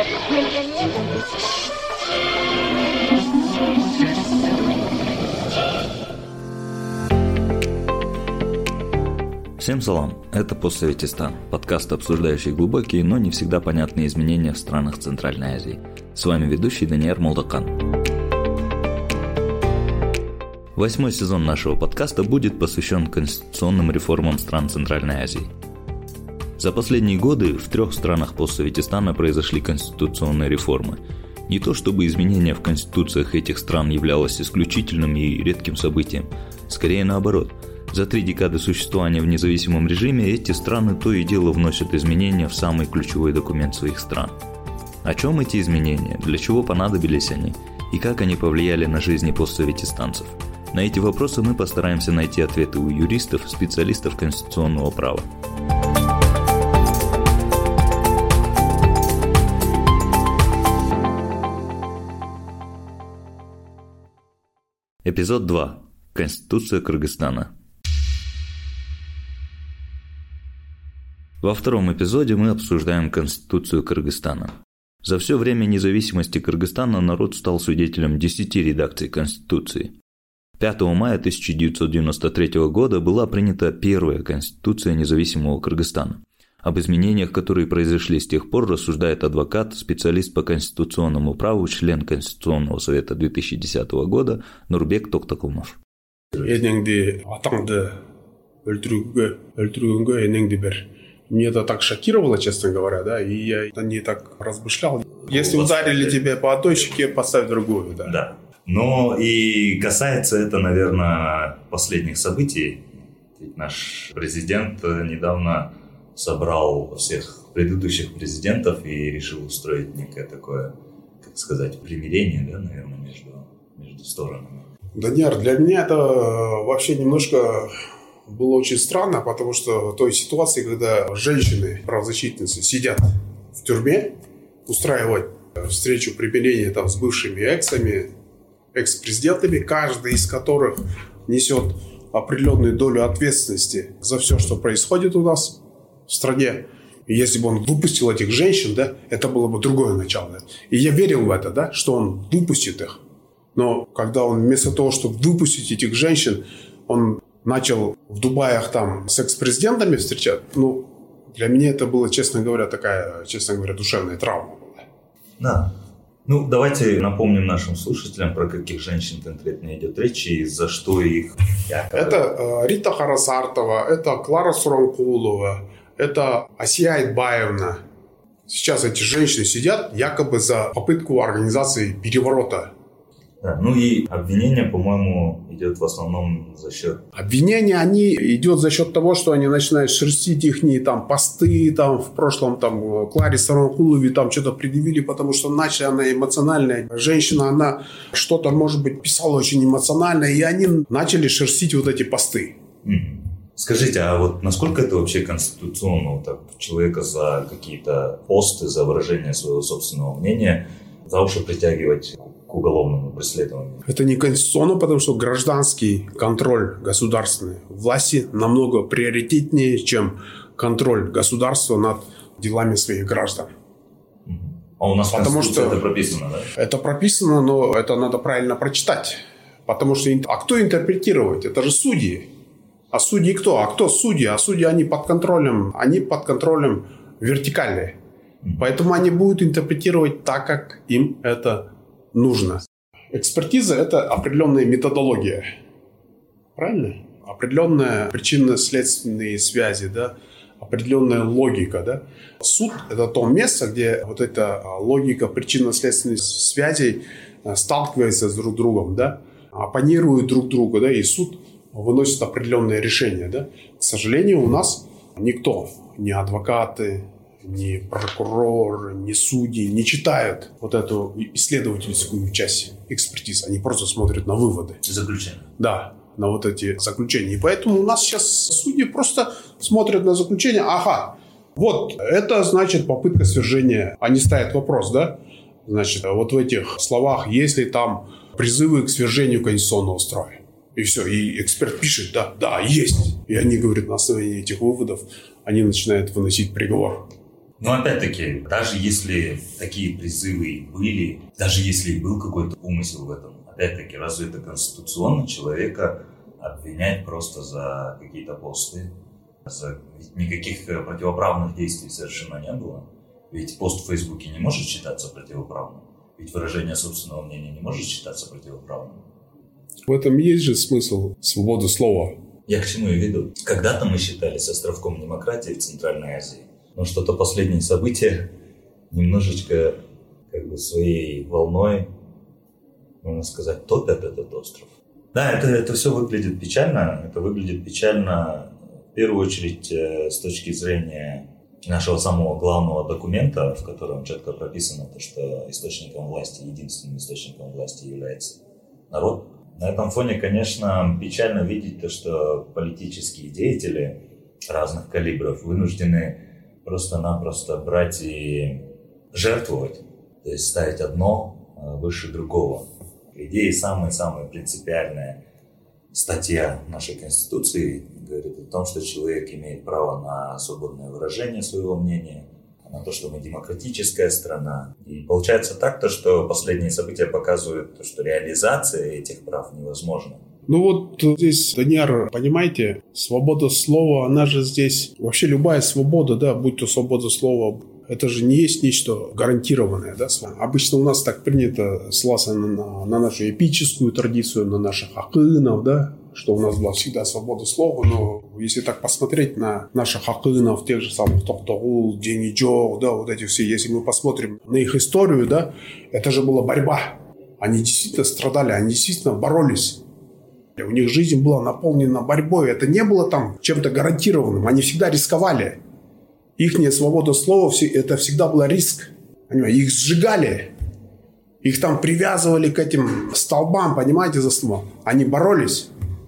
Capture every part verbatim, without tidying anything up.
Всем салам, это «Постсоветистан», подкаст, обсуждающий глубокие, но не всегда понятные изменения в странах Центральной Азии. С вами ведущий Даниэр Молдакан. Восьмой сезон нашего подкаста будет посвящен конституционным реформам стран Центральной Азии. За последние годы в трех странах постсоветистана произошли конституционные реформы. Не то чтобы изменение в конституциях этих стран являлось исключительным и редким событием, скорее наоборот. За три декады существования в независимом режиме эти страны то и дело вносят изменения в самый ключевой документ своих стран. О чем эти изменения, для чего понадобились они и как они повлияли на жизни постсоветистанцев? На эти вопросы мы постараемся найти ответы у юристов, специалистов конституционного права. Эпизод два. Конституция Кыргызстана. Во втором эпизоде мы обсуждаем Конституцию Кыргызстана. За все время независимости Кыргызстана народ стал свидетелем десяти редакций Конституции. пятого мая тысяча девятьсот девяносто третьего года была принята первая Конституция независимого Кыргызстана. Об изменениях, которые произошли с тех пор, рассуждает адвокат, специалист по конституционному праву, член Конституционного совета две тысячи десятого года Нурбек Токтокулмов. Мне это так шокировало, честно говоря, да, и я не так размышлял. Если ударили тебя по одной щеке, поставь другую, да. Да. Но и касается это, наверное, последних событий. Ведь наш президент недавно собрал всех предыдущих президентов и решил устроить некое такое, как сказать, примирение, да, наверное, между, между сторонами. Даниэр, для меня это вообще немножко было очень странно, потому что в той ситуации, когда женщины, правозащитницы, сидят в тюрьме, устраивать встречу примирения там с бывшими эксами, экс-президентами, каждый из которых несет определенную долю ответственности за все, что происходит у нас в стране. И если бы он выпустил этих женщин, да, это было бы другое начало. Да? И я верил в это, да, что он выпустит их. Но когда он вместо того, чтобы выпустить этих женщин, он начал в Дубаях там с экс-президентами встречать, ну, для меня это было, честно говоря, такая, честно говоря, душевная травма была. Да. Ну, давайте напомним нашим слушателям, про каких женщин конкретно идет речь и за что их... Это э, Рита Харасартова, это Клара Суранкулова, это Асия Айтбаевна. Сейчас эти женщины сидят якобы за попытку организации переворота. Да, ну и обвинение, по-моему, идет в основном за счет... Обвинения, они идет за счет того, что они начинают шерстить их там посты, там в прошлом там Кларе Саранкулове там что-то предъявили, потому что начали она эмоциональная. Женщина, она что-то, может быть, писала очень эмоционально, и они начали шерстить вот эти посты. Mm-hmm. Скажите, а вот насколько это вообще конституционно, вот так, человека за какие-то посты, за выражение своего собственного мнения за уши притягивать к уголовному преследованию? Это не конституционно, потому что гражданский контроль государственной власти намного приоритетнее, чем контроль государства над делами своих граждан. А у нас в потому Конституции что это прописано, да? Это прописано, но это надо правильно прочитать. Потому что... А кто интерпретировать? Это же судьи. А судьи кто? А кто судьи? А судьи, они под контролем, они под контролем вертикальные. Mm-hmm. Поэтому они будут интерпретировать так, как им это нужно. Экспертиза – это определенная методология. Правильно? Определенная причинно-следственные связи, да? Определенная логика. Да? Суд – это то место, где вот эта логика причинно-следственных связей сталкивается с друг другом, да? Оппонируют друг другу, да? И суд выносит определенные решения. Да? К сожалению, у нас никто, ни адвокаты, ни прокурор, ни судьи не читают вот эту исследовательскую часть экспертизы. Они просто смотрят на выводы. Заключения. Да, на вот эти заключения. И поэтому у нас сейчас судьи просто смотрят на заключение. Ага, вот это значит попытка свержения. Они ставят вопрос, да? Значит, вот в этих словах, есть ли там призывы к свержению конституционного строя? И все, и эксперт пишет, да, да, есть. И они говорят, на основании этих выводов они начинают выносить приговор. Но опять-таки, даже если такие призывы были, даже если был какой-то умысел в этом, опять-таки, разве это конституционно человека обвинять просто за какие-то посты? За... Ведь никаких противоправных действий совершенно не было. Ведь пост в Фейсбуке не может считаться противоправным. Ведь выражение собственного мнения не может считаться противоправным. В этом есть же смысл свободы слова. Я к чему и веду. Когда-то мы считались островком демократии в Центральной Азии. Но что-то последние события немножечко как бы своей волной, можно сказать, топят этот остров. Да, это, это все выглядит печально. Это выглядит печально в первую очередь с точки зрения нашего самого главного документа, в котором четко прописано, то, что источником власти, единственным источником власти является народ. На этом фоне, конечно, печально видеть то, что политические деятели разных калибров вынуждены просто-напросто брать и жертвовать, то есть ставить одно выше другого. По идее, самая-самая принципиальная статья нашей Конституции говорит о том, что человек имеет право на свободное выражение своего мнения, на то, что мы демократическая страна. И получается так, то, что последние события показывают, то, что реализация этих прав невозможна. Ну вот здесь, Данияр, понимаете, свобода слова, она же здесь, вообще любая свобода, да, будь то свобода слова, это же не есть нечто гарантированное, да. Обычно у нас так принято ссылаться на, на нашу эпическую традицию, на наших акынов, да, что у нас была всегда свобода слова, но если так посмотреть на наших акынов, тех же самых Токтогул, Джениджо, да, вот эти все, если мы посмотрим на их историю, да, это же была борьба. Они действительно страдали, они действительно боролись. У них жизнь была наполнена борьбой. Это не было там чем-то гарантированным. Они всегда рисковали. Ихняя свобода слова, это всегда был риск. Их сжигали. Их там привязывали к этим столбам, понимаете, за слово. Они боролись.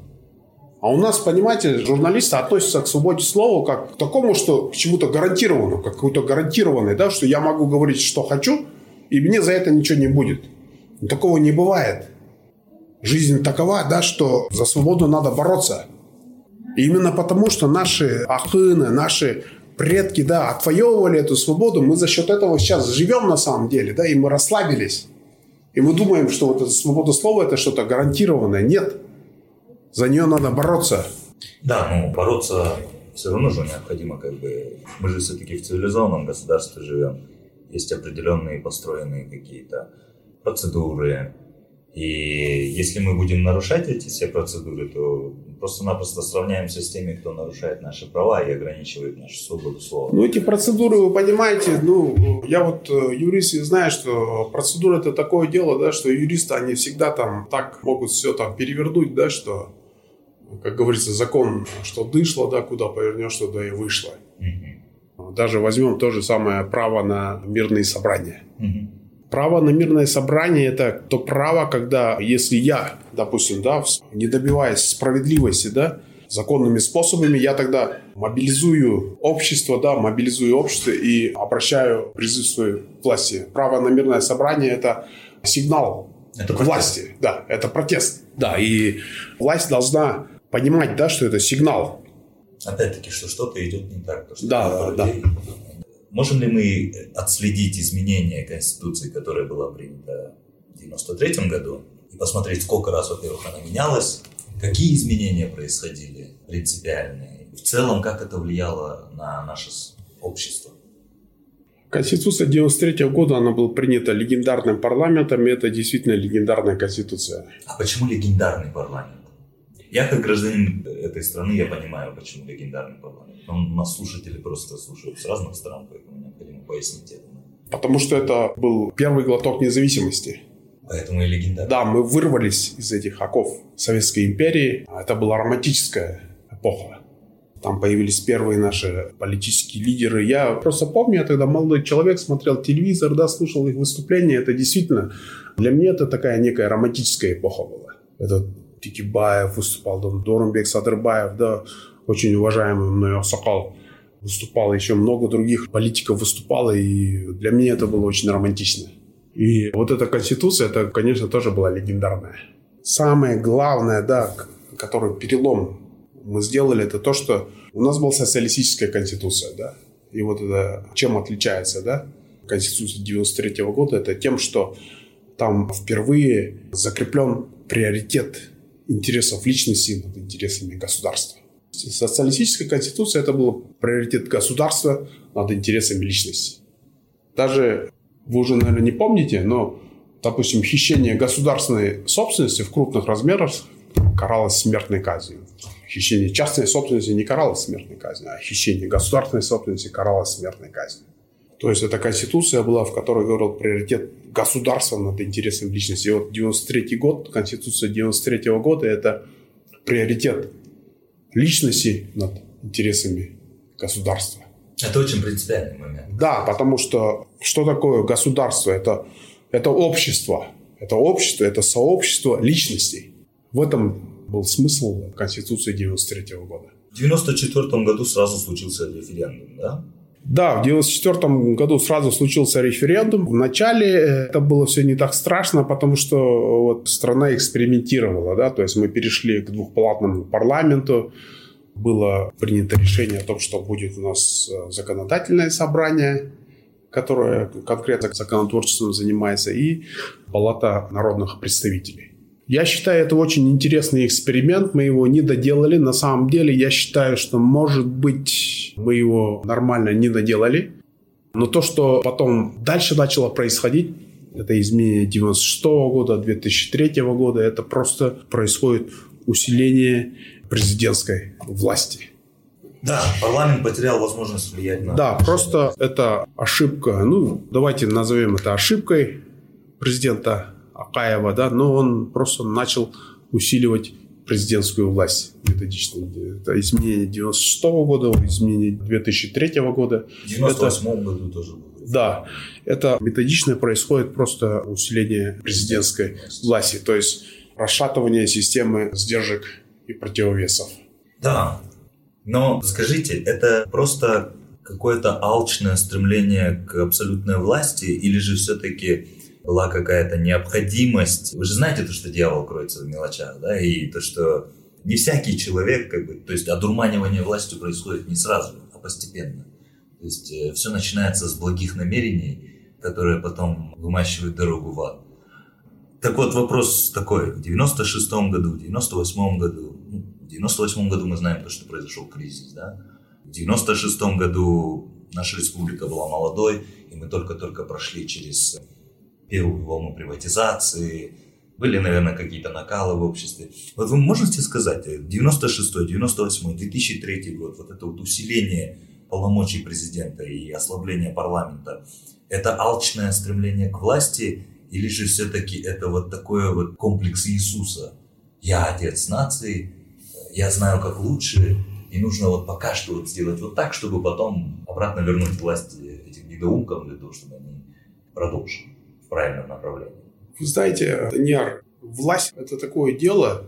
А у нас, понимаете, журналисты относятся к свободе слова как к такому, что к чему-то гарантированному, как какой-то гарантированный, да, что я могу говорить, что хочу, и мне за это ничего не будет. Но такого не бывает. Жизнь такова, да, что за свободу надо бороться. И именно потому, что наши ахыны, наши предки, да, отвоевывали эту свободу, мы за счет этого сейчас живем на самом деле, да, и мы расслабились. И мы думаем, что вот эта свобода слова – это что-то гарантированное. Нет. За нее надо бороться. Да, ну, бороться все равно же необходимо, как бы. Мы же все-таки в цивилизованном государстве живем. Есть определенные построенные какие-то процедуры. И если мы будем нарушать эти все процедуры, то просто-напросто сравняемся с теми, кто нарушает наши права и ограничивает нашу свободу слова. Ну, эти процедуры, вы понимаете, ну, я вот юрист и знаю, что процедура – это такое дело, да, что юристы, они всегда там так могут все там перевернуть, да, что, как говорится, закон, что дышло, да, куда повернешь, туда и вышло. Угу. Даже возьмем то же самое право на мирные собрания. Угу. Право на мирное собрание – это то право, когда, если я, допустим, да, не добиваясь справедливости, да, законными способами, я тогда мобилизую общество, да, мобилизую общество и обращаю призыв своей власти. Право на мирное собрание – это сигнал это к власти, да, это протест, да, и власть должна понимать, да, что это сигнал. Опять-таки, что что-то идет не так, то, что да, да. Можем ли мы отследить изменения Конституции, которая была принята в девяносто третьем году, и посмотреть, сколько раз, во-первых, она менялась, какие изменения происходили принципиальные, в целом, как это влияло на наше общество? Конституция девяносто третьего года, она была принята легендарным парламентом, и это действительно легендарная Конституция. А почему легендарный парламент? Я, как гражданин этой страны, я понимаю, почему легендарный парламент. Но у нас слушатели просто слушают с разных сторон, поэтому необходимо пояснить это. Потому что это был первый глоток независимости. Поэтому и легендарный. Да, мы вырвались из этих оков Советской империи. Это была романтическая эпоха. Там появились первые наши политические лидеры. Я просто помню, я тогда молодой человек, смотрел телевизор, да, слушал их выступления. Это действительно, для меня это такая некая романтическая эпоха была. Это Текебаев выступал, Дорумбек Садырбаев, да, очень уважаемый мной Аксакал выступал, еще много других политиков выступало, и для меня это было очень романтично. И вот эта Конституция, это, конечно, тоже была легендарная. Самое главное, да, который перелом мы сделали, это то, что у нас была социалистическая Конституция, да. И вот это чем отличается, да, Конституция девяносто третьего года, это тем, что там впервые закреплен приоритет интересов личности над интересами государства. Социалистическая конституция – это был приоритет государства над интересами личности. Даже, вы уже, наверное, не помните, но, допустим, хищение государственной собственности в крупных размерах каралось смертной казнью. Хищение частной собственности не каралось смертной казнью, а хищение государственной собственности каралось смертной казнью. То есть эта конституция была, в которой говорил приоритет государства над интересами личности. И вот девяносто третий год, конституция девяносто третьего года – это приоритет личности над интересами государства. Это очень принципиальный момент. Да, потому что что такое государство? Это, это общество. Это общество, это сообщество личностей. В этом был смысл Конституции девяносто третьего года. В девяносто четвёртом году сразу случился референдум, да? Да, в девяносто четвёртом году сразу случился референдум. Вначале это было все не так страшно, потому что вот страна экспериментировала, да, то есть мы перешли к двухпалатному парламенту. Было принято решение о том, что будет у нас законодательное собрание, которое конкретно законотворчеством занимается, и палата народных представителей. Я считаю, это очень интересный эксперимент, мы его не доделали. На самом деле, я считаю, что, может быть, мы его нормально не доделали. Но то, что потом дальше начало происходить, это изменение девяносто шестого года, две тысячи третьего года, это просто происходит усиление президентской власти. Да, парламент потерял возможность влиять на... Да, просто это ошибка, ну, давайте назовем это ошибкой президента Акаева, да, но он просто начал усиливать президентскую власть методично. Это изменение девяносто шестого года, изменение две тысячи третьего года. В девяносто восьмом году тоже было. Да, это методично происходит просто усиление президентской власти, то есть расшатывание системы сдержек и противовесов. Да, но скажите, это просто какое-то алчное стремление к абсолютной власти или же все-таки была какая-то необходимость? Вы же знаете то, что дьявол кроется в мелочах, да, и то, что не всякий человек, как бы, то есть одурманивание властью происходит не сразу, а постепенно. То есть э, все начинается с благих намерений, которые потом вымащивают дорогу в ад. Так вот, вопрос такой. В девяносто шестом году, в девяносто восьмом году, ну, в девяносто восьмом году мы знаем то, что произошел кризис, да? В девяносто шестом году наша республика была молодой, и мы только-только прошли через первую волну приватизации. Были, наверное, какие-то накалы в обществе. Вот вы можете сказать, девяносто шестой, девяносто восьмой, две тысячи третий год, вот это вот усиление полномочий президента и ослабление парламента, это алчное стремление к власти или же все-таки это вот такой вот комплекс Иисуса? Я отец нации, я знаю, как лучше, и нужно вот пока что вот сделать вот так, чтобы потом обратно вернуть власть этим недоумкам для того, чтобы они продолжили в правильном направлении. Вы знаете, Данияр, власть – это такое дело,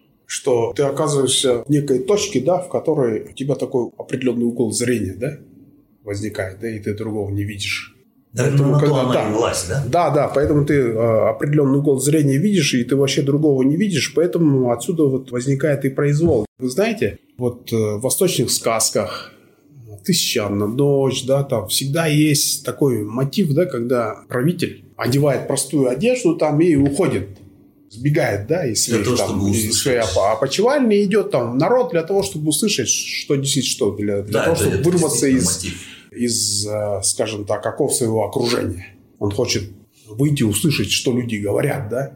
что ты оказываешься в некой точке, да, в которой у тебя такой определенный угол зрения, да, возникает, да, и ты другого не видишь. Да, поэтому, на когда, то да, власть, да? Да, да, поэтому ты э, определенный угол зрения видишь, и ты вообще другого не видишь, поэтому отсюда вот возникает и произвол. Вы знаете, вот э, в восточных сказках «Тысяча одна ночь», да, там всегда есть такой мотив, да, когда правитель одевает простую одежду там и уходит, сбегает, да, из своих, того, там, из своей опочивальни, идет там народ для того, чтобы услышать, что действительно, что для, для да, того, это, чтобы это вырваться из, мотив. из, скажем так, оков своего окружения. Он хочет выйти, услышать, что люди говорят, да,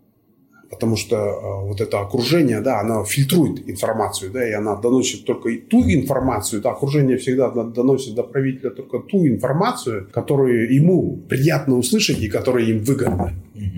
потому что э, вот это окружение, да, оно фильтрует информацию, да, и она доносит только ту информацию, да, окружение всегда доносит до правителя только ту информацию, которую ему приятно услышать и которая им выгодна.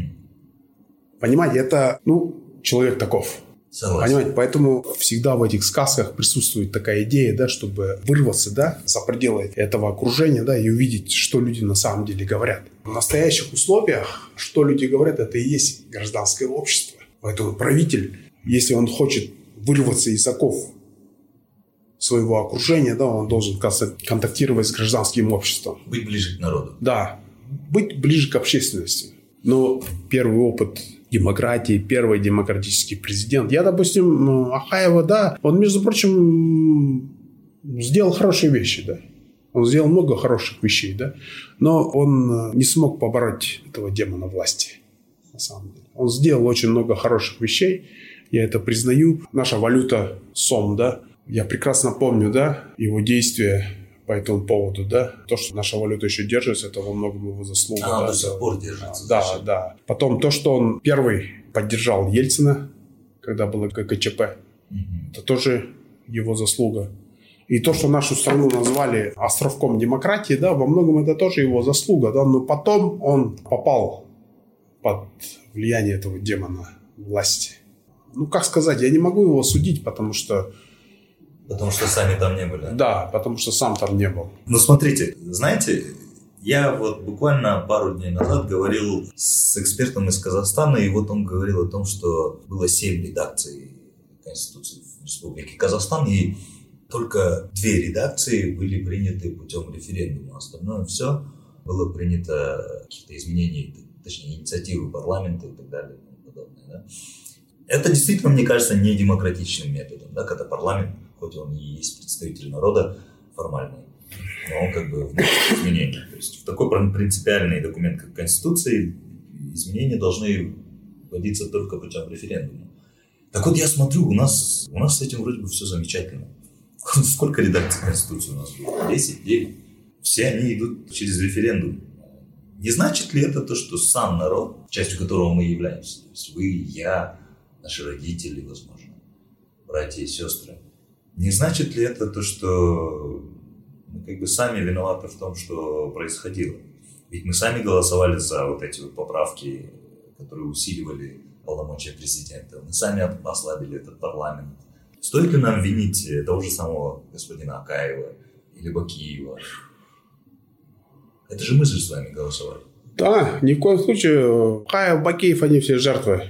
Mm-hmm. Понимаете, это, ну, человек таков. Согласен. Понимаете, поэтому всегда в этих сказках присутствует такая идея, да, чтобы вырваться, да, за пределы этого окружения, да, и увидеть, что люди на самом деле говорят. В настоящих условиях, что люди говорят, это и есть гражданское общество. Поэтому правитель, если он хочет вырваться из оков своего окружения, да, он должен контактировать с гражданским обществом. Быть ближе к народу. Да, быть ближе к общественности. Но первый опыт демократии, первый демократический президент. Я, допустим, Акаева, да, он, между прочим, сделал хорошие вещи, да. Он сделал много хороших вещей, да, но он не смог побороть этого демона власти, на самом деле. Он сделал очень много хороших вещей, я это признаю. Наша валюта сом, да, я прекрасно помню, да, его действия по этому поводу, да. То, что наша валюта еще держится, это во многом его заслуга. А, да, до сих пор держится. Да, да, да. Потом то, что он первый поддержал Ельцина, когда было ГКЧП, угу. это тоже его заслуга. И то, что нашу страну назвали островком демократии, да, во многом это тоже его заслуга, да. Но потом он попал под влияние этого демона власти. Ну, как сказать, я не могу его судить, потому что... Потому что сами там не были. Да, потому что сам там не был. Ну, смотрите, знаете, я вот буквально пару дней назад говорил с экспертом из Казахстана, и вот он говорил о том, что было семь редакций Конституции Республики Казахстан, и только две редакции были приняты путем референдума. Остальное все было принято каких-то изменений, точнее, инициативы парламента и так далее и тому подобное. Да? Это действительно, мне кажется, не демократичным методом, да, когда парламент, хоть он и есть представитель народа формальный, но он как бы вносит изменения. То есть в такой принципиальный документ, как Конституция, изменения должны вводиться только путем референдума. Так вот, я смотрю, у нас, у нас с этим вроде бы все замечательно. Сколько редакций Конституции у нас было? десять, девять. Все они идут через референдум. Не значит ли это то, что сам народ, частью которого мы являемся, то есть вы, я, наши родители, возможно, братья и сестры, не значит ли это то, что мы как бы сами виноваты в том, что происходило? Ведь мы сами голосовали за вот эти вот поправки, которые усиливали полномочия президента. Мы сами ослабили этот парламент. Стоит ли нам винить того же самого господина Акаева или Бакиева? Это же мы же с вами голосовали. Да, ни в коем случае. Акаев, Бакиев, они все жертвы.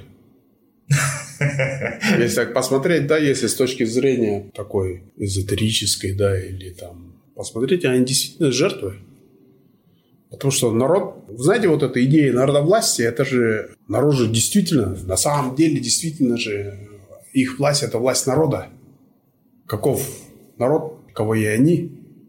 Если так посмотреть, да, если с точки зрения такой эзотерической, да, или там, посмотрите, они действительно жертвы. Потому что народ, знаете, вот эта идея народовластия, это же народ же действительно, на самом деле, действительно же, их власть – это власть народа. Каков народ, кого и они.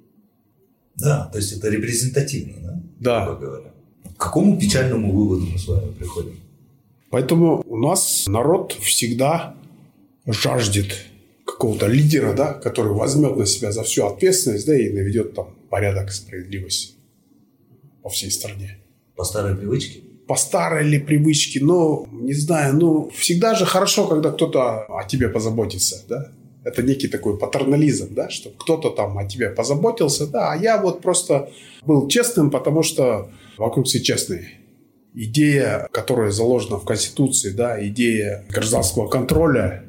Да, то есть это репрезентативно, да? Да. Грубо говоря. К какому печальному выводу мы с вами приходим? Поэтому у нас народ всегда жаждет какого-то лидера, да, который возьмет на себя за всю ответственность, да, и наведет там порядок, справедливость по всей стране. По старой привычке? По старой ли привычке, но, не знаю, ну, всегда же хорошо, когда кто-то о тебе позаботится, да. Это некий такой патернализм, да, что кто-то там о тебе позаботился, да, а я вот просто был честным, потому что вокруг все честные. Идея, которая заложена в Конституции, да, идея гражданского контроля,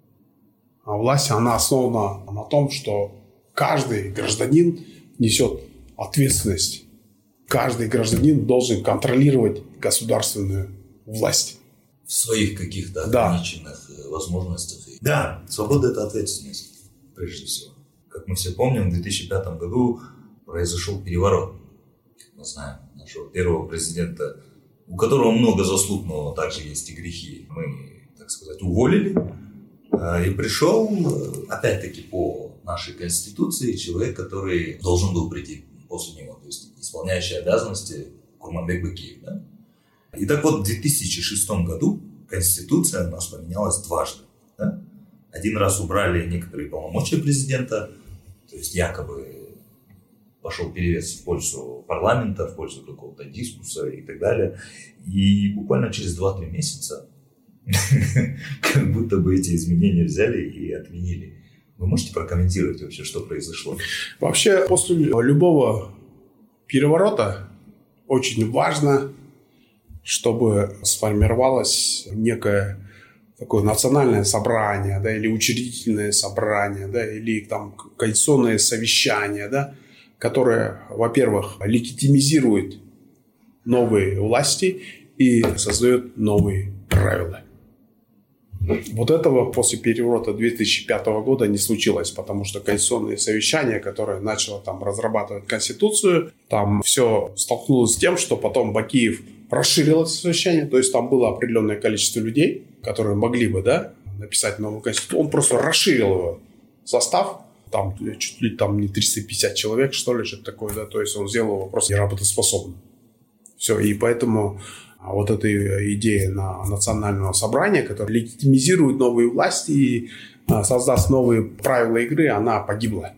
а власть, она основана на том, что каждый гражданин несет ответственность. Каждый гражданин должен контролировать государственную власть. В своих каких-то ограниченных да. возможностях. Да, свобода – это ответственность, прежде всего. Как мы все помним, в две тысячи пятом году произошел переворот. Мы знаем нашего первого президента, у которого много заслуг, но также есть и грехи. Мы, так сказать, уволили. И пришел, опять-таки, по нашей Конституции человек, который должен был прийти после него, то есть исполняющий обязанности Курманбек Бакиев. Да? И так вот, в две тысячи шестом году Конституция у нас поменялась дважды. Да? Один раз убрали некоторые полномочия президента, то есть якобы пошел перевес в пользу парламента, в пользу какого-то дискурса и так далее. И буквально через два-три месяца как будто бы эти изменения взяли и отменили. Вы можете прокомментировать вообще, что произошло? Вообще, после любого переворота очень важно, чтобы сформировалось некое такое национальное собрание, да, или учредительное собрание, да, или там коалиционное совещание, да, которое, во-первых, легитимизирует новые власти и создает новые правила. Вот этого после переворота две тысячи пятого года не случилось, потому что конституционное совещание, которое начало там разрабатывать Конституцию, там все столкнулось с тем, что потом Бакиев расширил это совещание, то есть там было определенное количество людей, которые могли бы, да, написать новую Конституцию. Он просто расширил его состав, Там чуть ли там не триста пятьдесят человек, что ли, что-то такое, да, то есть он сделал его просто неработоспособным. Все, и поэтому вот эта идея на национального собрания, которая легитимизирует новые власти и создаст новые правила игры, она погибла.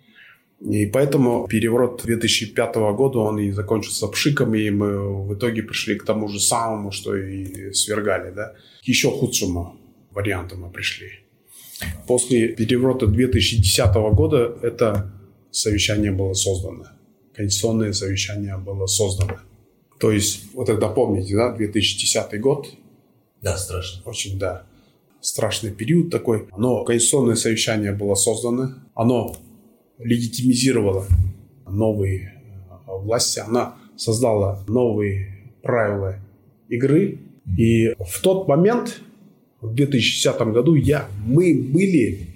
И поэтому переворот две тысячи пятого года, он и закончился пшиком, и мы в итоге пришли к тому же самому, что и свергали, да. К еще худшему варианту мы пришли. После переворота две тысячи десятого года это совещание было создано. Конституционное совещание было создано. То есть, вот тогда помните, да, две тысячи десятый год. Да, страшно. Очень, да, страшный период такой. Но конституционное совещание было создано. Оно легитимизировало новые власти. Она создала новые правила игры. И в тот момент, в две тысячи десятом году, я, мы были,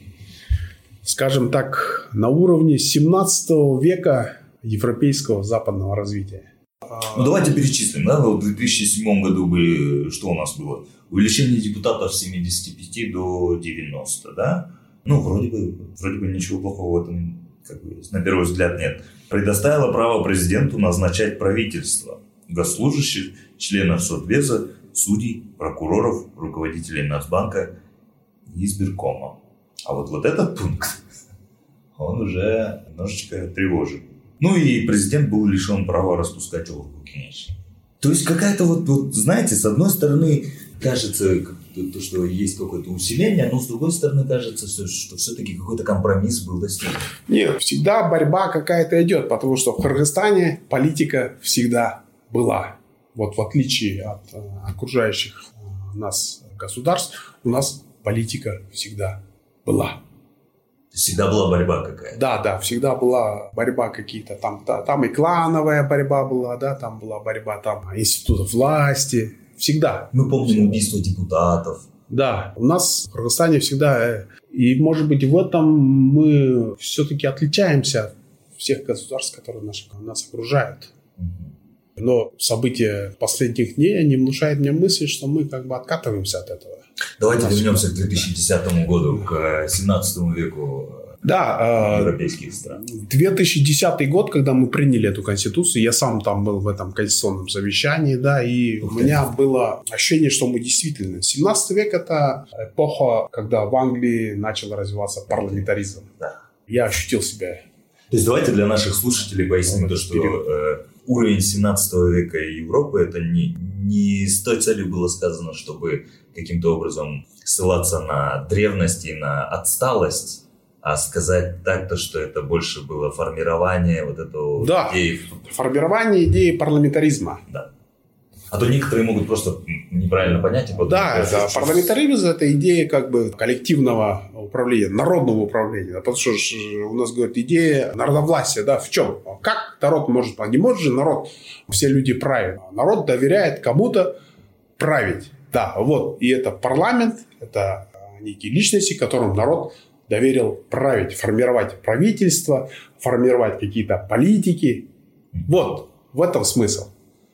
скажем так, на уровне семнадцатого века европейского западного развития. Ну, давайте перечислим, да, в две тысячи седьмом году были, что у нас было? Увеличение депутатов с семидесяти пяти до девяноста, да? Ну, вроде бы, вроде бы ничего плохого в этом, как бы, на первый взгляд, нет. Предоставила право президенту назначать правительство, госслужащих, членов Совбеза, судей, прокуроров, руководителей Нацбанка и избиркома. А вот, вот этот пункт, он уже немножечко тревожит. Ну и президент был лишен права распускать оргу, конечно. То есть какая-то вот, вот, знаете, с одной стороны кажется, то, что есть какое-то усиление, но с другой стороны кажется, что, что все-таки какой-то компромисс был достигнут. Нет, всегда борьба какая-то идет, потому что в Кыргызстане политика всегда была. Вот в отличие от э, окружающих э, нас государств, у нас политика всегда была. Всегда была борьба какая-то. Да, да, всегда была борьба какие-то. Там, да, там и клановая борьба была, да, там была борьба там, институтов власти. Всегда. Мы помним убийство депутатов. Да, у нас в Кыргызстане всегда... И, может быть, в этом мы все-таки отличаемся от всех государств, которые нас, нас окружают. Но события последних дней, они внушают мне мысль, что мы как бы откатываемся от этого. Давайте вернемся к две тысячи десятому году, к семнадцатому веку да, европейских стран. две тысячи десятый год, когда мы приняли эту конституцию, я сам там был в этом конституционном совещании, да, и Ух у ты. меня было ощущение, что мы действительно... семнадцатый век – это эпоха, когда в Англии начал развиваться парламентаризм. Да. Я ощутил себя... То есть давайте для наших слушателей поясним то, что э, уровень семнадцатого века Европы – это не, не с той целью было сказано, чтобы каким-то образом ссылаться на древность и на отсталость, а сказать так-то, что это больше было формирование вот этого да, идеи. Формирование идеи парламентаризма. Да. А то некоторые могут просто неправильно понять. И да, это, парламентаризм – это идея как бы коллективного управления, народного управления. Потому что у нас, говорят, идея народовластия. Да, в чем? Как народ может? Не может же народ, все люди правят. Народ доверяет кому-то править. Да, вот. И это парламент, это некие личности, которым народ доверил править, формировать правительство, формировать какие-то политики. Вот, в этом смысл.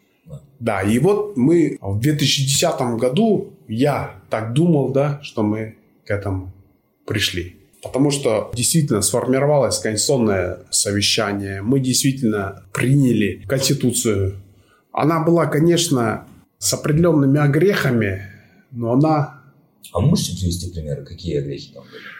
Да, и вот мы в две тысячи десятом году, я так думал, да, что мы к этому пришли. Потому что действительно сформировалось конституционное совещание, мы действительно приняли Конституцию. Она была, конечно, с определенными огрехами, но она... А можете привести примеры, какие огрехи там были?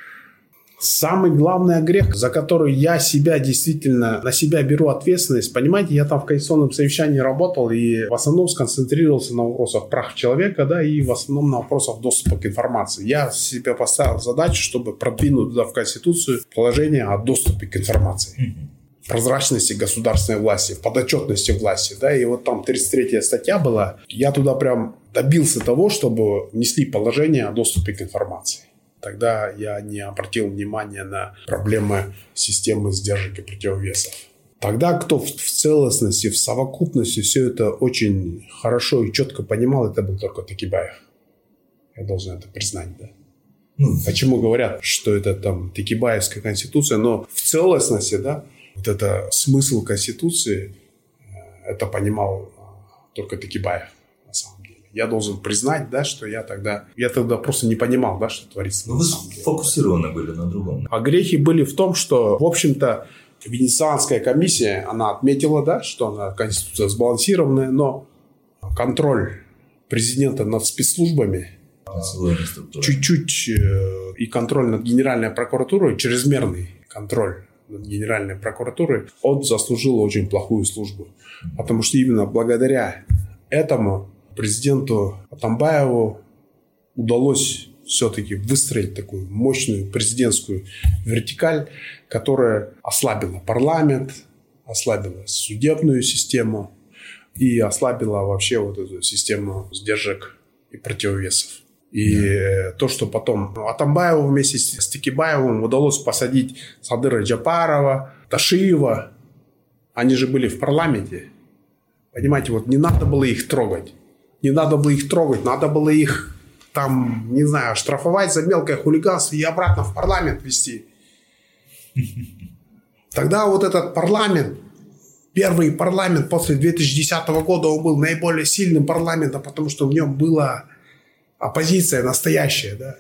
Самый главный грех, за который я себя действительно, на себя беру ответственность. Понимаете, я там в конституционном совещании работал и в основном сконцентрировался на вопросах прав человека, да, и в основном на вопросах доступа к информации. Я себе поставил задачу, чтобы продвинуть туда в Конституцию положение о доступе к информации. Mm-hmm. Прозрачности государственной власти, в подотчетности власти, да, и вот там тридцать третья статья была. Я туда прям добился того, чтобы внесли положение о доступе к информации. Тогда я не обратил внимания на проблемы системы сдержек и противовесов. Тогда кто в целостности, в совокупности все это очень хорошо и четко понимал, это был только Текебаев. Я должен это признать, да. Ну, почему говорят, что это там Текебаевская конституция, но в целостности, да, вот это смысл конституции, это понимал только Текебаев на самом деле. Я должен признать, да, что я тогда... Я тогда просто не понимал, да, что творится. Ну, вы сфокусированы были на другом. А грехи были в том, что, в общем-то, Венецианская комиссия, она отметила, да, что она, конституция сбалансированная, но контроль президента над спецслужбами чуть-чуть э, и контроль над Генеральной прокуратурой, чрезмерный контроль над Генеральной прокуратурой, он заслужил очень плохую службу. Потому что именно благодаря этому президенту Атамбаеву удалось все-таки выстроить такую мощную президентскую вертикаль, которая ослабила парламент, ослабила судебную систему и ослабила вообще вот эту систему сдержек и противовесов. И yeah. то, что потом Атамбаеву вместе с Текебаевым удалось посадить Садыра Джапарова, Ташиева, они же были в парламенте. Понимаете, вот не надо было их трогать. Не надо было их трогать, надо было их там, не знаю, штрафовать за мелкое хулиганство и обратно в парламент вести. Тогда вот этот парламент, первый парламент после две тысячи десятого года, он был наиболее сильным парламентом, потому что в нем была оппозиция настоящая, да.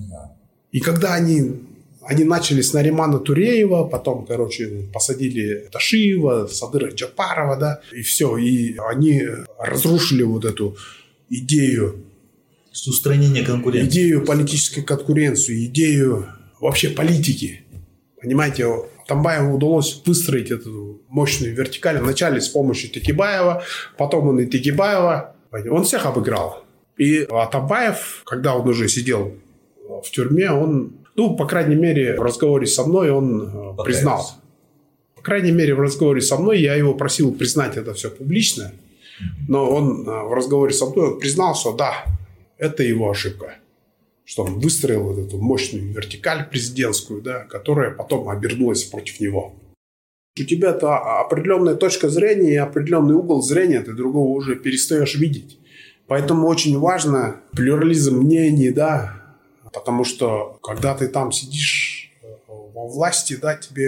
И когда они, они начали с Наримана Туреева, потом, короче, посадили Ташиева, Садыра Джапарова, да, и все, и они разрушили вот эту идею, устранение конкуренции, идею политической конкуренции, идею вообще политики. Понимаете, Атамбаеву удалось выстроить эту мощную вертикаль вначале с помощью Текебаева, потом он и Текебаева, он всех обыграл. И Атамбаев, когда он уже сидел в тюрьме, он, ну, по крайней мере, в разговоре со мной он Покаялся. признал. По крайней мере, в разговоре со мной я его просил признать это все публично, но он в разговоре со мной признал, что да, это его ошибка. Что он выстроил вот эту мощную вертикаль президентскую, да, которая потом обернулась против него. У тебя-то определенная точка зрения и определенный угол зрения, ты другого уже перестаешь видеть. Поэтому очень важно плюрализм мнений, да, потому что когда ты там сидишь во власти, да, тебе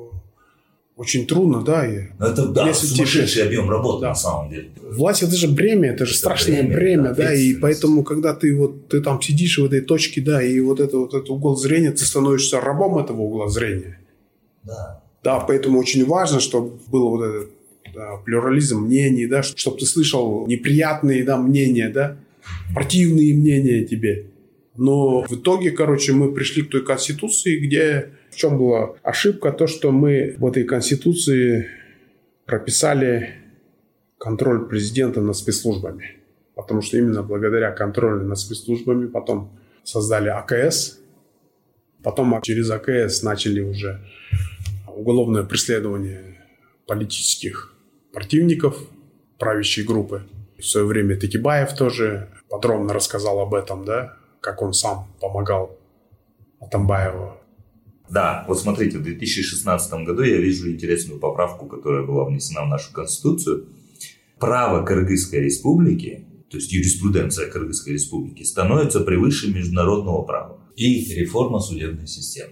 очень трудно, да. И это, да, сумасшедший ты... объем работы, да. На самом деле. Власть – это же бремя, это же это страшное бремя, бремя да, да, и поэтому, когда ты вот ты там сидишь в этой точке, да, и вот это вот этот угол зрения, ты становишься рабом этого угла зрения. Да. Да, поэтому очень важно, чтобы был вот этот да, плюрализм мнений, да, чтобы ты слышал неприятные, да, мнения, да, противные мнения тебе. Но в итоге, короче, мы пришли к той конституции, где в чем была ошибка, то, что мы в этой конституции прописали контроль президента над спецслужбами. Потому что именно благодаря контролю над спецслужбами потом создали АКС, потом через АКС начали уже уголовное преследование политических противников правящей группы. В свое время Текебаев тоже подробно рассказал об этом, да, как он сам помогал Атамбаеву. Да, вот смотрите, в две тысячи шестнадцатом году я вижу интересную поправку, которая была внесена в нашу Конституцию. Право Кыргызской республики, то есть юриспруденция Кыргызской республики, становится превыше международного права. И реформа судебной системы.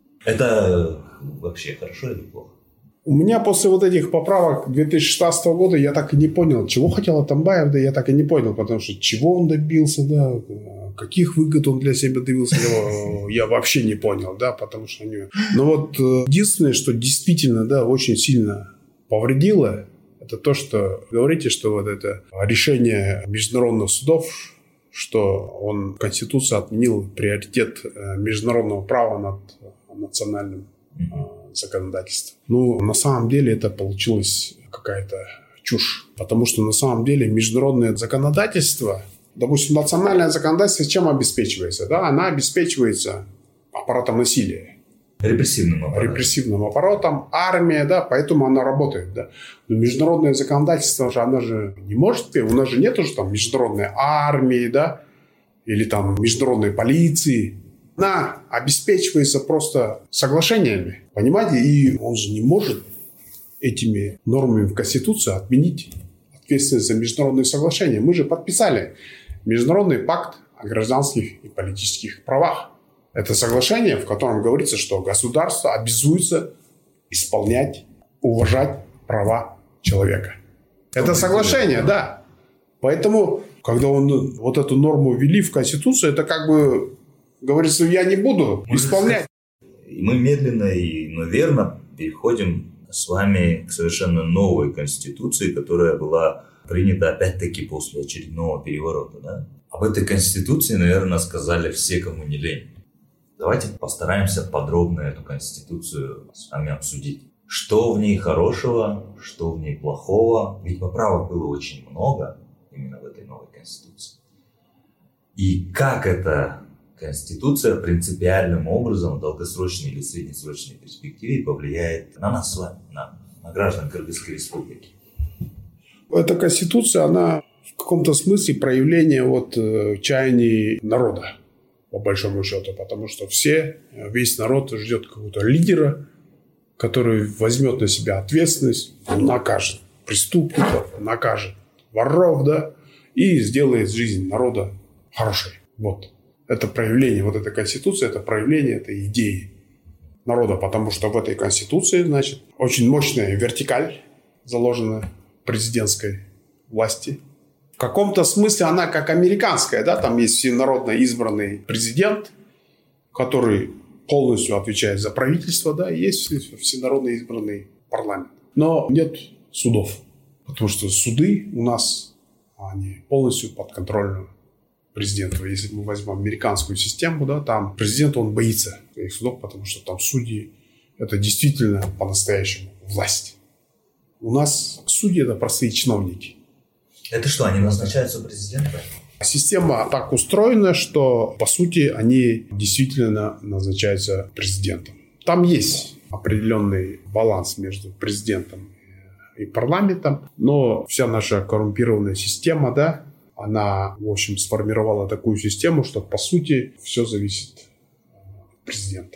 Это вообще хорошо или плохо? У меня после вот этих поправок две тысячи шестнадцатого года я так и не понял, чего хотел Атамбаев, да я так и не понял, потому что чего он добился, да, каких выгод он для себя добился, я вообще не понял, да, потому что они... Но вот единственное, что действительно, да, очень сильно повредило, это то, что говорите, что вот это решение международных судов, что он, Конституция отменил приоритет международного права над национальным законодательством. Ну, на самом деле это получилось какая-то чушь, потому что на самом деле международное законодательство, допустим, национальное законодательство чем обеспечивается? Да, она обеспечивается аппаратом насилия. Репрессивным аппаратом. Репрессивным аппаратом, армия, да, поэтому она работает, да. Но международное законодательство же, она же не может, у нас же нет уже там международной армии, да, или там международной полиции. Она обеспечивается просто соглашениями, понимаете, и он же не может этими нормами в Конституции отменить ответственность за международные соглашения. Мы же подписали Международный пакт о гражданских и политических правах. Это соглашение, в котором говорится, что государство обязуется исполнять, уважать права человека. Это соглашение, да. Поэтому когда он вот эту норму ввели в Конституцию, это как бы говорится, я не буду исполнять. И мы медленно и, но верно переходим с вами к совершенно новой Конституции, которая была принята опять-таки после очередного переворота. Да? Об этой Конституции, наверное, сказали все, кому не лень. Давайте постараемся подробно эту Конституцию с вами обсудить. Что в ней хорошего, что в ней плохого. Ведь поправок было очень много именно в этой новой Конституции. И как эта Конституция принципиальным образом в долгосрочной или среднесрочной перспективе повлияет на нас с вами, на, на граждан Кыргызской Республики. Эта Конституция, она в каком-то смысле проявление вот, чаяний народа, по большому счету. Потому что все, весь народ ждет какого-то лидера, который возьмет на себя ответственность, накажет преступников, накажет воров, да, и сделает жизнь народа хорошей. Вот. Это проявление, вот эта Конституция, это проявление этой идеи народа, потому что в этой Конституции, значит, очень мощная вертикаль заложена президентской власти. В каком-то смысле она как американская, да, там есть всенародно избранный президент, который полностью отвечает за правительство, да, и есть всенародно избранный парламент. Но нет судов, потому что суды у нас, они полностью подконтрольны президенту. Если мы возьмем американскую систему, да, там президент, он боится своих судов, потому что там судьи – это действительно по-настоящему власть. У нас судьи – это простые чиновники. Это что, они назначаются президентом? Система так устроена, что, по сути, они действительно назначаются президентом. Там есть определенный баланс между президентом и парламентом, но вся наша коррумпированная система, да, она, в общем, сформировала такую систему, что, по сути, все зависит от президента.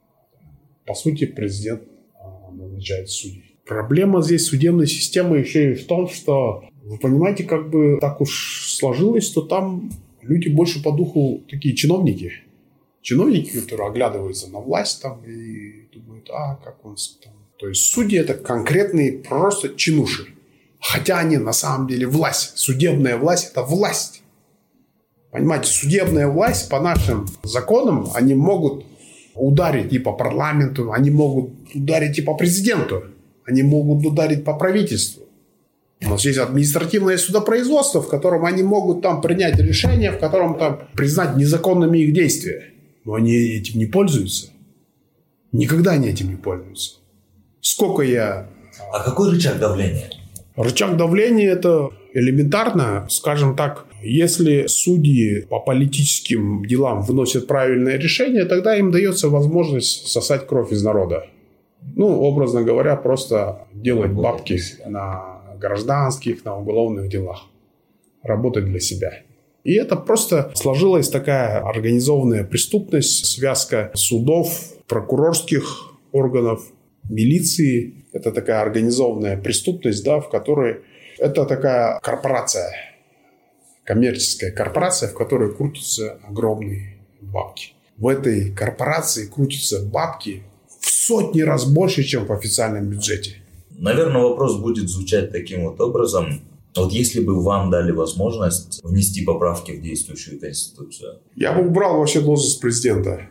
По сути, президент назначает судей. Проблема здесь судебной системы еще и в том, что, вы понимаете, как бы так уж сложилось, что там люди больше по духу такие чиновники. Чиновники, которые оглядываются на власть там и думают, а, как он там. То есть судьи – это конкретные просто чинуши. Хотя они на самом деле власть. Судебная власть – это власть. Понимаете, судебная власть по нашим законам, они могут ударить и по парламенту, они могут ударить и по президенту, они могут ударить по правительству. У нас есть административное судопроизводство, в котором они могут там принять решение, в котором там признать незаконными их действия. Но они этим не пользуются. Никогда они этим не пользуются. Сколько я... А какой рычаг давления? Рычаг давления – это элементарно, скажем так, если судьи по политическим делам выносят правильное решение, тогда им дается возможность сосать кровь из народа. Ну, образно говоря, просто делать бабки на гражданских, на уголовных делах. Работать для себя. И это просто сложилась такая организованная преступность, связка судов, прокурорских органов, милиции. Это такая организованная преступность, да, в которой... Это такая корпорация, коммерческая корпорация, в которой крутятся огромные бабки. В этой корпорации крутятся бабки в сотни раз больше, чем в официальном бюджете. Наверное, вопрос будет звучать таким вот образом. Вот если бы вам дали возможность внести поправки в действующую Конституцию. Я бы убрал вообще должность президента.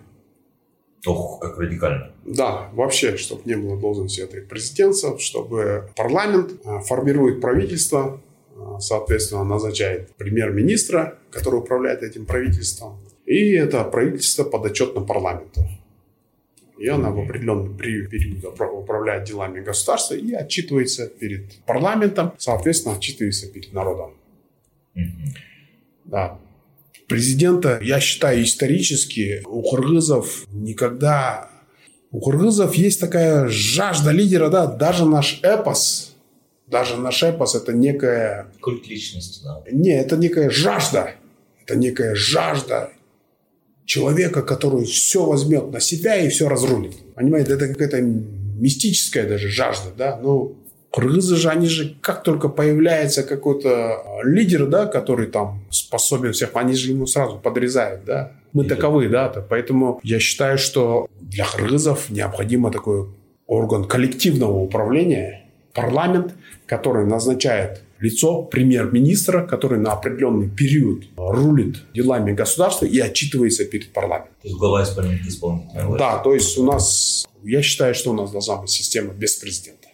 Ох, как радикально. Да, вообще, чтобы не было должности этой президентства, чтобы парламент формирует правительство, соответственно, назначает премьер-министра, который управляет этим правительством, и это правительство подотчетно парламенту. И она в определенный период управляет делами государства и отчитывается перед парламентом, соответственно, отчитывается перед народом. Mm-hmm. Да. Президента, я считаю, исторически у кыргызов никогда... У кыргызов есть такая жажда лидера, да, даже наш эпос, даже наш эпос – это некая... Культ личности, да. Не, это некая жажда, это некая жажда человека, который все возьмет на себя и все разрулит. Понимаете, это какая-то мистическая даже жажда, да, но кыргызы же, они же, как только появляется какой-то лидер, да, который там способен всех, они же ему сразу подрезают, да. Мы и таковы, да, то, поэтому я считаю, что для кыргызов необходимо такой орган коллективного управления, парламент, который назначает лицо премьер-министра, который на определенный период рулит делами государства и отчитывается перед парламентом. То есть глава исполнительной власти. Да, то есть у нас, я считаю, что у нас должна быть система без президента.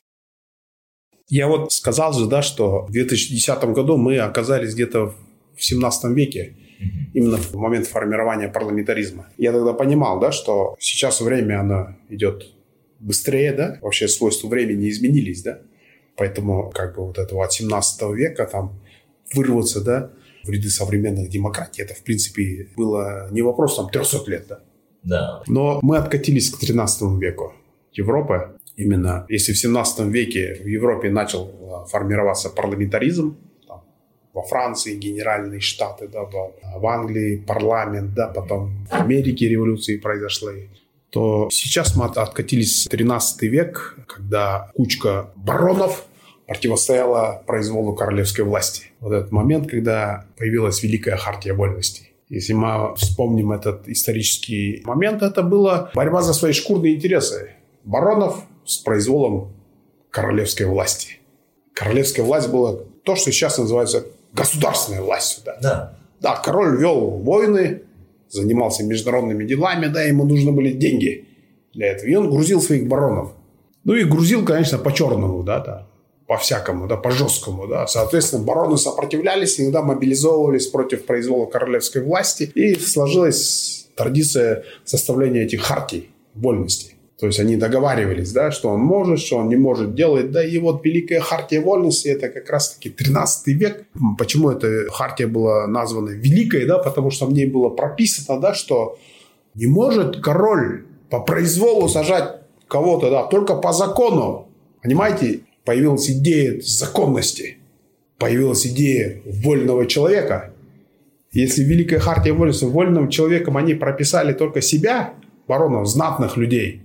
Я вот сказал же, да, что в две тысячи десятом году мы оказались где-то в семнадцатом веке, mm-hmm. именно в момент формирования парламентаризма. Я тогда понимал, да, что сейчас время оно идет быстрее, да, вообще свойства времени изменились, да, поэтому как бы вот этого от семнадцатого века там вырваться, да, в ряды современных демократий, это в принципе было не вопрос там трехсот лет, да. Да. Но мы откатились к тринадцатому веку Европы. Именно если в семнадцатом веке в Европе начал формироваться парламентаризм, там, во Франции генеральные штаты, да, в, в Англии парламент, да, потом в Америке революции произошли, то сейчас мы откатились в тринадцатый век, когда кучка баронов противостояла произволу королевской власти. Вот этот момент, когда появилась Великая Хартия Вольностей. Если мы вспомним этот исторический момент, это была борьба за свои шкурные интересы баронов с произволом королевской власти. Королевская власть была то, что сейчас называется государственной властью. Да, да. да, король вел войны, занимался международными делами, да, ему нужны были деньги для этого. И он грузил своих баронов. Ну и грузил, конечно, по-черному, да, да, по-всякому, да, по-жесткому, да. Соответственно, бароны сопротивлялись, иногда мобилизовывались против произвола королевской власти. И сложилась традиция составления этих хартий вольностей. То есть они договаривались, да, что он может, что он не может делать. Да, и вот Великая Хартия Вольности – это как раз-таки тринадцатый век. Почему эта хартия была названа Великой? Да, потому что в ней было прописано, да, что не может король по произволу сажать кого-то, да, только по закону. Понимаете, появилась идея законности, появилась идея вольного человека. Если Великая Хартия Вольности вольным человеком они прописали только себя, баронов, знатных людей,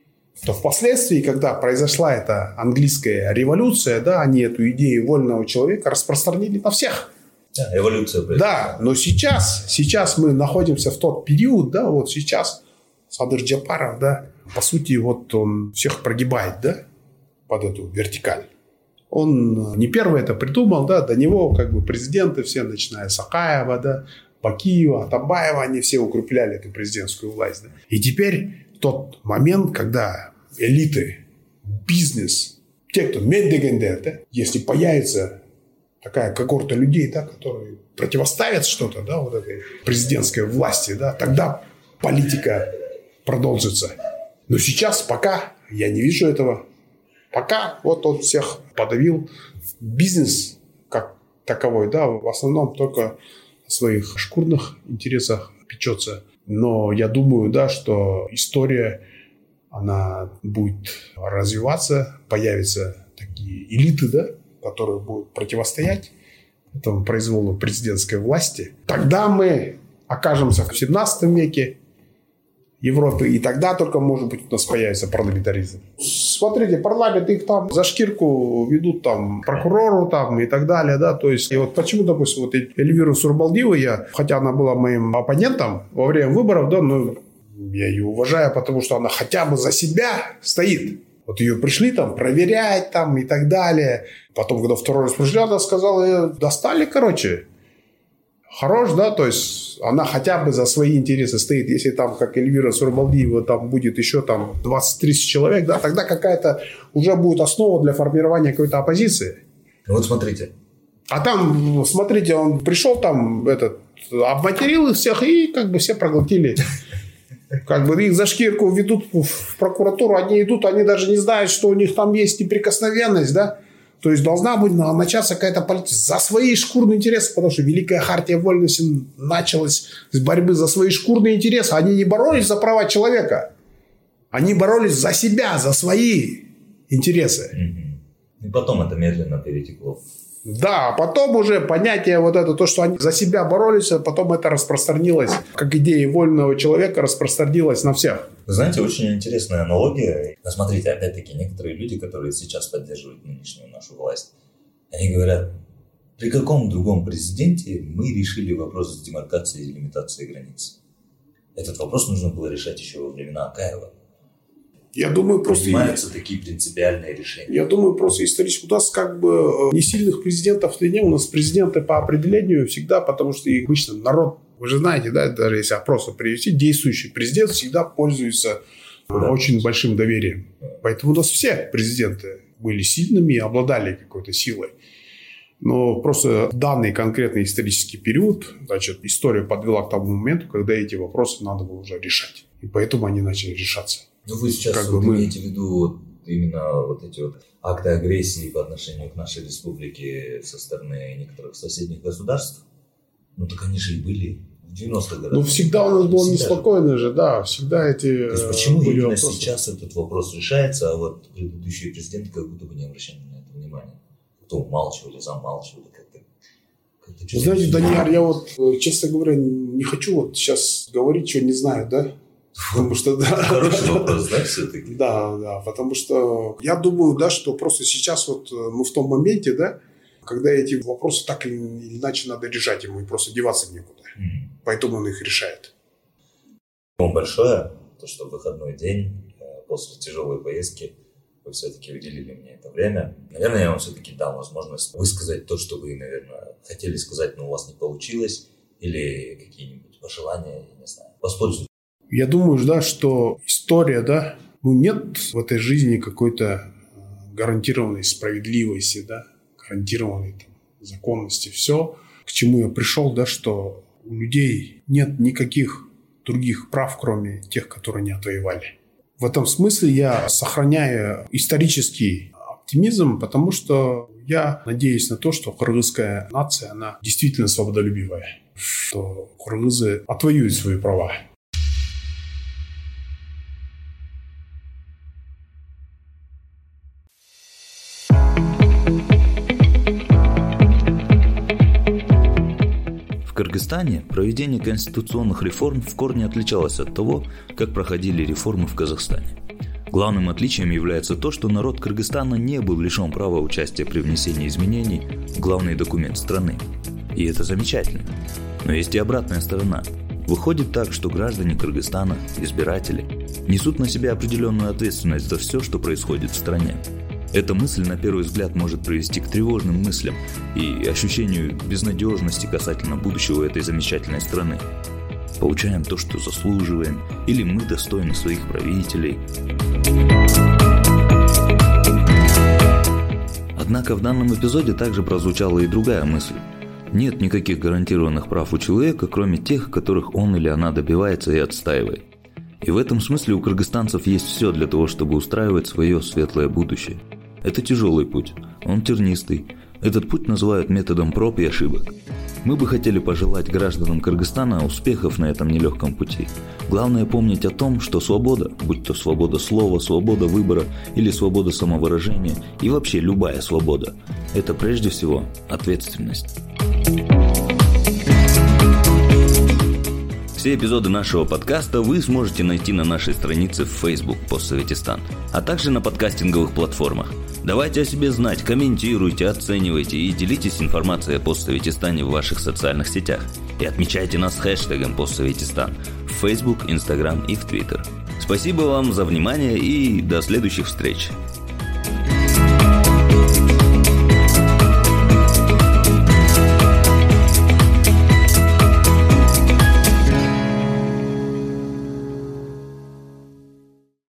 то впоследствии, когда произошла эта английская революция, да, они эту идею вольного человека распространили на всех. Да, эволюция. Да, но сейчас, сейчас мы находимся в тот период, да, вот сейчас Садыр Джапаров, да, по сути, вот он всех прогибает, да, под эту вертикаль. Он не первый это придумал, да, до него как бы президенты все, начиная с Акаева, да, Бакиева, Атамбаева, они все укрепляли эту президентскую власть. Да. И теперь тот момент, когда элиты, бизнес, те, кто меддегендер, да, если появится такая когорта людей, да, которые противоставят что-то, да, вот этой президентской власти, да, тогда политика продолжится. Но сейчас пока я не вижу этого. Пока вот он всех подавил. Бизнес как таковой, да, в основном только о своих шкурных интересах печется. Но я думаю, да, что история, она будет развиваться, появятся такие элиты, да, которые будут противостоять этому произволу президентской власти. Тогда мы окажемся в семнадцатом веке Европы, и тогда только, может быть, у нас появится парламентаризм. Смотрите, парламент их там за шкирку ведут там прокурору там и так далее, да, то есть, и вот почему, допустим, вот Эльвиру Сурбалдиеву я, хотя она была моим оппонентом во время выборов, да, но я ее уважаю, потому что она хотя бы за себя стоит. Вот ее пришли там проверять там и так далее. Потом, когда второй раз пришли, она сказала, достали, короче. Хорош, да, то есть она хотя бы за свои интересы стоит. Если там, как Эльвира Сурбалдиева, там будет еще там двадцать-тридцать человек, да, тогда какая-то уже будет основа для формирования какой-то оппозиции. Вот смотрите. А там, смотрите, он пришел там, этот, обматерил их всех, и как бы все проглотили. Как бы их за шкирку ведут в прокуратуру, они идут, они даже не знают, что у них там есть неприкосновенность, да. То есть должна быть начаться какая-то политика за свои шкурные интересы, потому что Великая Хартия Вольности началась с борьбы за свои шкурные интересы. Они не боролись за права человека, они боролись за себя, за свои интересы. И потом это медленно перетекло. Да, а потом уже понятие вот это, то, что они за себя боролись, а потом это распространилось, как идея вольного человека распространилась на всех. Вы знаете, очень интересная аналогия. Но смотрите, опять-таки, некоторые люди, которые сейчас поддерживают нынешнюю нашу власть, они говорят, при каком другом президенте мы решили вопрос с демаркацией и лимитацией границ? Этот вопрос нужно было решать еще во времена Акаева. Я думаю, просто... Принимаются такие принципиальные решения. Я думаю, просто исторически у нас как бы не сильных президентов-то нет. У нас президенты по определению всегда, потому что и обычно народ, вы же знаете, да, даже если просто привести, действующий президент всегда пользуется да. очень большим доверием. Поэтому у нас все президенты были сильными и обладали какой-то силой. Но просто в данный конкретный исторический период, значит, история подвела к тому моменту, когда эти вопросы надо было уже решать. И поэтому они начали решаться. Ну, вы сейчас как вот бы мы... имеете в виду вот именно вот эти вот акты агрессии по отношению к нашей республике со стороны некоторых соседних государств? Ну, так они же и были в девяностых годах. Ну, всегда у нас было неспокойно же, да, всегда эти... То есть, почему именно вопросы? Сейчас этот вопрос решается, а вот предыдущие президенты как будто бы не обращали на это внимания? Кто умалчивали, замалчивали, как-то... как-то Вы знаете, Даниил, я вот, честно говоря, не хочу вот сейчас говорить, что не знаю, да? Потому что, да. Хороший вопрос, да, все-таки? Да, да, потому что я думаю, да, что просто сейчас вот мы в том моменте, да, когда эти вопросы так или иначе надо решать, ему и просто деваться некуда. Mm-hmm. Поэтому он их решает. Спасибо большое, то, что в выходной день после тяжелой поездки вы все-таки уделили мне это время. Наверное, я вам все-таки дам возможность высказать то, что вы, наверное, хотели сказать, но у вас не получилось, или какие-нибудь пожелания, я не знаю. Воспользуйтесь. Я думаю, да, что история, да, ну нет в этой жизни какой-то гарантированной справедливости, да, гарантированной там, законности. Все, к чему я пришел, да, что у людей нет никаких других прав, кроме тех, которые не отвоевали. В этом смысле я сохраняю исторический оптимизм, потому что я надеюсь на то, что кыргызская нация, она действительно свободолюбивая, что кыргызы отвоюют свои права. В Кыргызстане проведение конституционных реформ в корне отличалось от того, как проходили реформы в Казахстане. Главным отличием является то, что народ Кыргызстана не был лишен права участия при внесении изменений в главный документ страны. И это замечательно. Но есть и обратная сторона. Выходит так, что граждане Кыргызстана, избиратели, несут на себя определенную ответственность за все, что происходит в стране. Эта мысль, на первый взгляд, может привести к тревожным мыслям и ощущению безнадежности касательно будущего этой замечательной страны. Получаем то, что заслуживаем, или мы достойны своих правителей. Однако в данном эпизоде также прозвучала и другая мысль. Нет никаких гарантированных прав у человека, кроме тех, которых он или она добивается и отстаивает. И в этом смысле у кыргызстанцев есть все для того, чтобы устраивать свое светлое будущее. Это тяжелый путь, он тернистый. Этот путь называют методом проб и ошибок. Мы бы хотели пожелать гражданам Кыргызстана успехов на этом нелегком пути. Главное помнить о том, что свобода, будь то свобода слова, свобода выбора или свобода самовыражения, и вообще любая свобода, это прежде всего ответственность. Все эпизоды нашего подкаста вы сможете найти на нашей странице в Facebook «Постсоветистан», а также на подкастинговых платформах. Давайте о себе знать, комментируйте, оценивайте и делитесь информацией о Постсоветистане в ваших социальных сетях. И отмечайте нас хэштегом «Постсоветистан» в Facebook, Instagram и в Twitter. Спасибо вам за внимание и до следующих встреч!